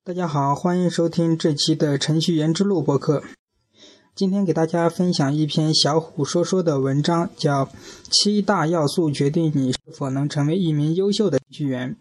大家好，欢迎收听这期的程序员之路播客。今天给大家分享一篇小虎说说的文章，叫7大要素决定你是否能成为一名优秀的程序员。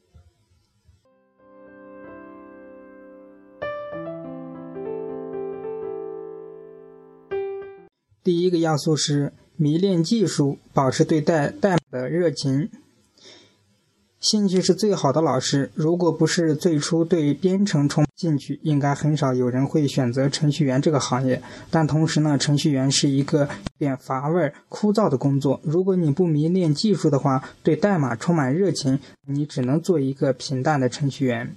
第一个要素是迷恋技术，保持对代码的热情。兴趣是最好的老师，如果不是最初对编程充满兴趣，应该很少有人会选择程序员这个行业。但同时呢，程序员是一个有点乏味、枯燥的工作。如果你不迷恋技术的话，对代码充满热情，你只能做一个平淡的程序员。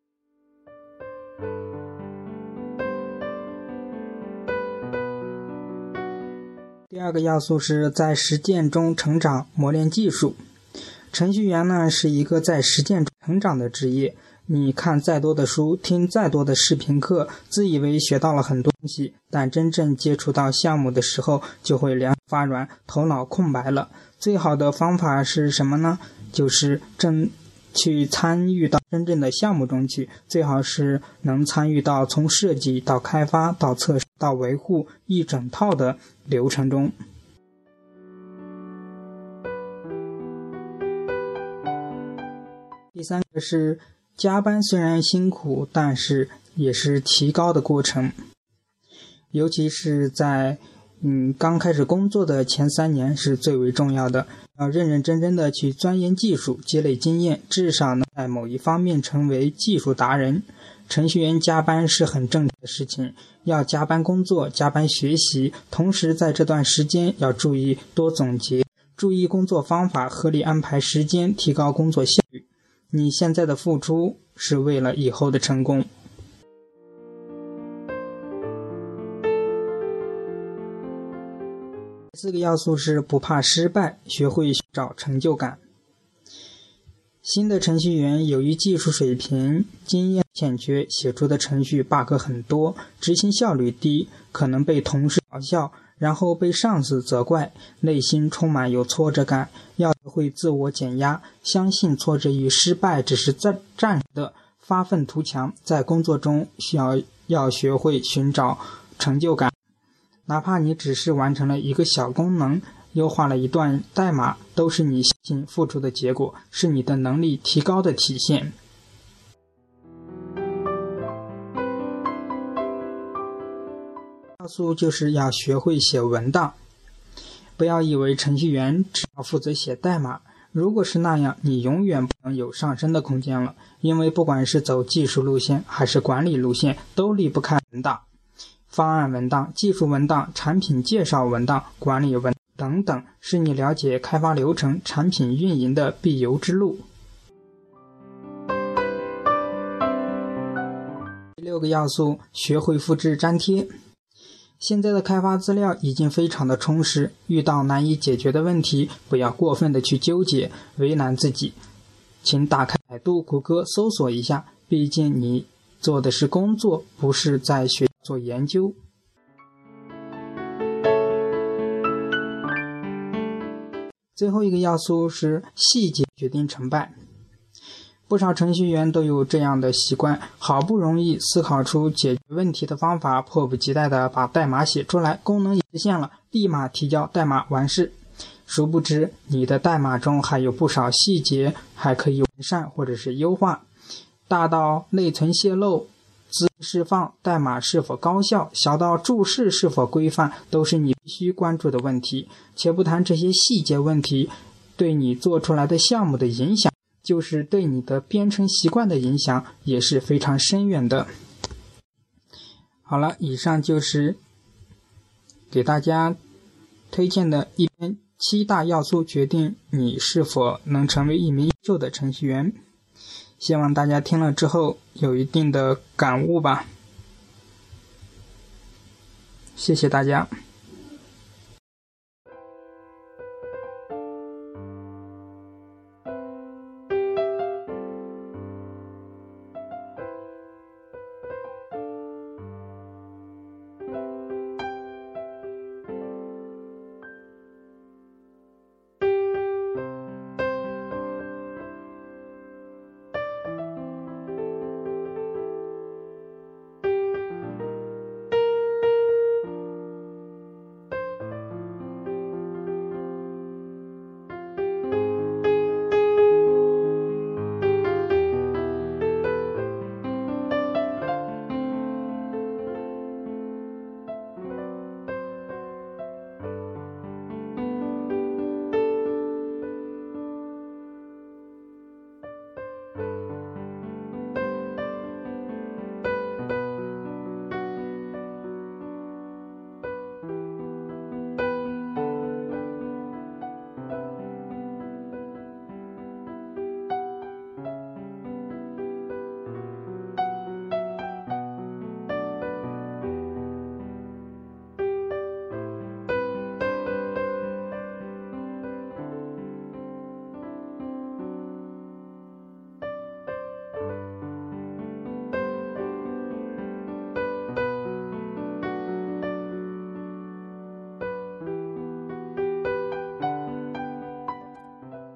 第二个要素是在实践中成长，磨练技术。程序员呢是一个在实践中成长的职业，你看再多的书，听再多的视频课，自以为学到了很多东西，但真正接触到项目的时候，就会两手发软，头脑空白了。最好的方法是什么呢？就是去参与到真正的项目中去，最好是能参与到从设计到开发到测试到维护一整套的流程中。第三个是加班虽然辛苦，但是也是提高的过程。尤其是在刚开始工作的前3年是最为重要的，要认认真真的去钻研技术，积累经验，至少能在某一方面成为技术达人。程序员加班是很正常的事情，要加班工作，加班学习，同时在这段时间要注意多总结，注意工作方法，合理安排时间，提高工作效率。你现在的付出是为了以后的成功。第4个要素是不怕失败，学会寻找成就感。新的程序员由于技术水平、经验欠缺，写出的程序 bug 很多，执行效率低，可能被同事嘲笑，然后被上司责怪，内心充满有挫折感。要学会自我减压，相信挫折与失败只是暂时的，发愤图强。在工作中要学会寻找成就感，哪怕你只是完成了一个小功能，优化了一段代码，都是你辛勤付出的结果，是你的能力提高的体现。要素就是要学会写文档。不要以为程序员只要负责写代码，如果是那样，你永远不能有上升的空间了，因为不管是走技术路线还是管理路线，都离不开文档。方案文档、技术文档、产品介绍文档、管理文档等等，是你了解开发流程、产品运营的必由之路。第6个要素，学会复制粘贴。现在的开发资料已经非常的充实，遇到难以解决的问题，不要过分的去纠结，为难自己。请打开百度、谷歌搜索一下，毕竟你做的是工作，不是在学校做研究。最后一个要素是细节决定成败。不少程序员都有这样的习惯，好不容易思考出解决问题的方法，迫不及待地把代码写出来，功能也实现了，立马提交代码完事。殊不知你的代码中还有不少细节还可以完善或者是优化，大到内存泄漏、资源释放、代码是否高效，小到注释是否规范，都是你必须关注的问题。且不谈这些细节问题对你做出来的项目的影响，就是对你的编程习惯的影响也是非常深远的。好了，以上就是给大家推荐的一篇7大要素决定你是否能成为一名优秀的程序员。希望大家听了之后有一定的感悟吧。谢谢大家。